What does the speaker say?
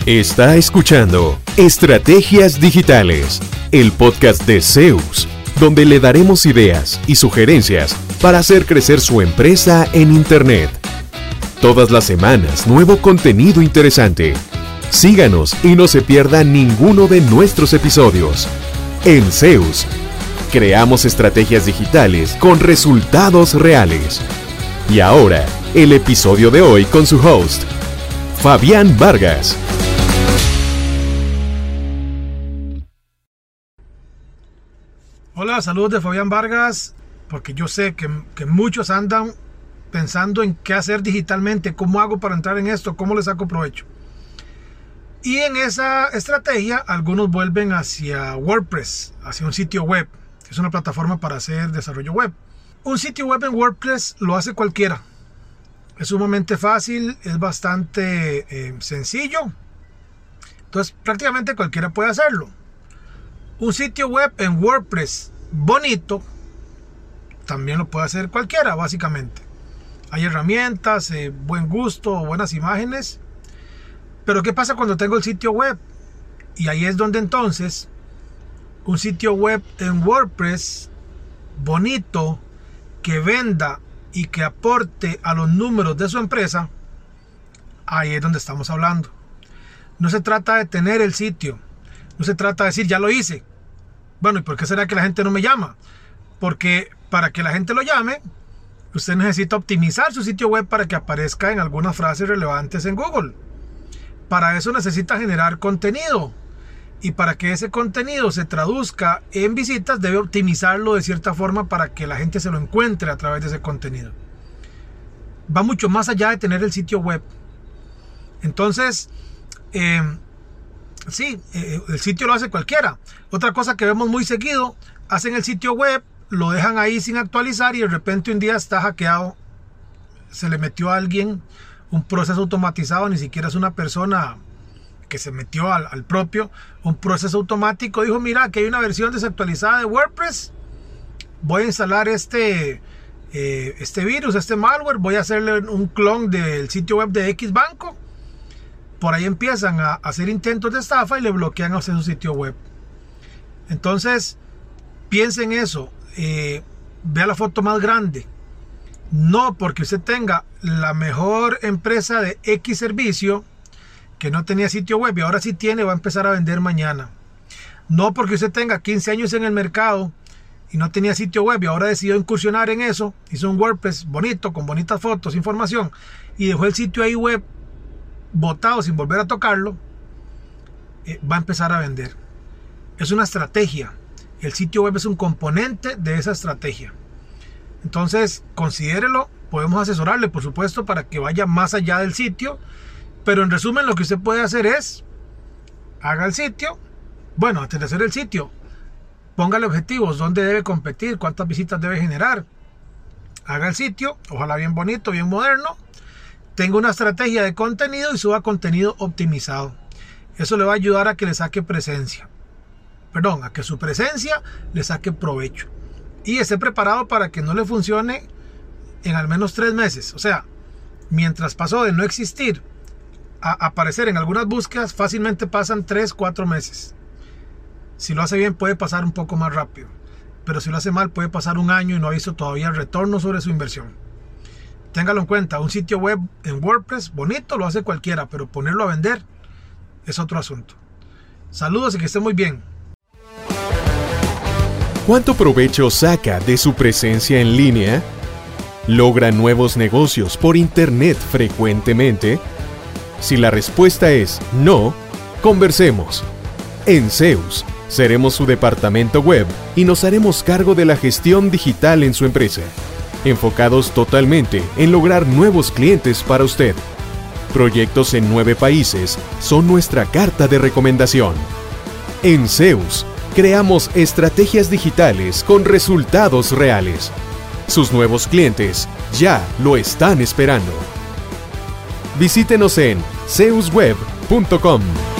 Está escuchando Estrategias Digitales, el podcast de Zeus, donde le daremos ideas y sugerencias para hacer crecer su empresa en Internet. Todas las semanas, nuevo contenido interesante. Síganos y no se pierda ninguno de nuestros episodios. En Zeus, creamos estrategias digitales con resultados reales. Y ahora, el episodio de hoy con su host, Fabián Vargas. Hola, saludos de Fabián Vargas, porque yo sé que muchos andan pensando en qué hacer digitalmente, cómo hago para entrar en esto, cómo le saco provecho. Y en esa estrategia, algunos vuelven hacia WordPress, hacia un sitio web, que es una plataforma para hacer desarrollo web. Un sitio web en WordPress lo hace cualquiera. Es sumamente fácil, es bastante sencillo. Entonces, prácticamente cualquiera puede hacerlo. Un sitio web en WordPress bonito también lo puede hacer cualquiera, básicamente. Hay herramientas, buen gusto, buenas imágenes. Pero ¿qué pasa cuando tengo el sitio web? Y ahí es donde entonces un sitio web en WordPress bonito, que venda y que aporte a los números de su empresa, ahí es donde estamos hablando. No se trata de tener el sitio. No se trata de decir, ya lo hice. Bueno, ¿y por qué será que la gente no me llama? Porque para que la gente lo llame, usted necesita optimizar su sitio web para que aparezca en algunas frases relevantes en Google. Para eso necesita generar contenido. Y para que ese contenido se traduzca en visitas, debe optimizarlo de cierta forma para que la gente se lo encuentre a través de ese contenido. Va mucho más allá de tener el sitio web. Entonces, sí, el sitio lo hace cualquiera. Otra cosa que vemos muy seguido, hacen el sitio web, lo dejan ahí sin actualizar y de repente un día está hackeado. Se le metió a alguien un proceso automatizado, ni siquiera es una persona que se metió al propio, un proceso automático. Dijo, mira, que hay una versión desactualizada de WordPress, voy a instalar este virus, este malware, voy a hacerle un clon del sitio web de X banco. Por ahí empiezan a hacer intentos de estafa y le bloquean a su sitio web. Entonces, piense en eso, vea la foto más grande. No porque usted tenga la mejor empresa de X servicio, que no tenía sitio web y ahora sí tiene, va a empezar a vender mañana. No porque usted tenga 15 años en el mercado y no tenía sitio web y ahora decidió incursionar en eso, hizo un WordPress bonito, con bonitas fotos, información, y dejó el sitio ahí web botado sin volver a tocarlo, va a empezar a vender. Es una estrategia. El sitio web es un componente de esa estrategia. Entonces, considérelo, podemos asesorarle, por supuesto, para que vaya más allá del sitio. Pero en resumen, lo que usted puede hacer es, haga el sitio. Bueno, antes de hacer el sitio, póngale objetivos, dónde debe competir, cuántas visitas debe generar. Haga el sitio, ojalá bien bonito, bien moderno. Tenga una estrategia de contenido y suba contenido optimizado. Eso le va a ayudar a que le saque presencia. Perdón, a que su presencia le saque provecho. Y esté preparado para que no le funcione en al menos 3 meses. O sea, mientras pasó de no existir a aparecer en algunas búsquedas, fácilmente pasan 3-4 meses. Si lo hace bien puede pasar un poco más rápido, pero si lo hace mal puede pasar 1 año y no ha visto todavía el retorno sobre su inversión. Téngalo en cuenta, un sitio web en WordPress bonito lo hace cualquiera, pero ponerlo a vender es otro asunto. Saludos y que esté muy bien. ¿Cuánto provecho saca de su presencia en línea? ¿Logra nuevos negocios por Internet frecuentemente? Si la respuesta es no, conversemos. En Zeus, seremos su departamento web y nos haremos cargo de la gestión digital en su empresa, enfocados totalmente en lograr nuevos clientes para usted. Proyectos en 9 países son nuestra carta de recomendación. En Zeus, creamos estrategias digitales con resultados reales. Sus nuevos clientes ya lo están esperando. Visítenos en zeusweb.com.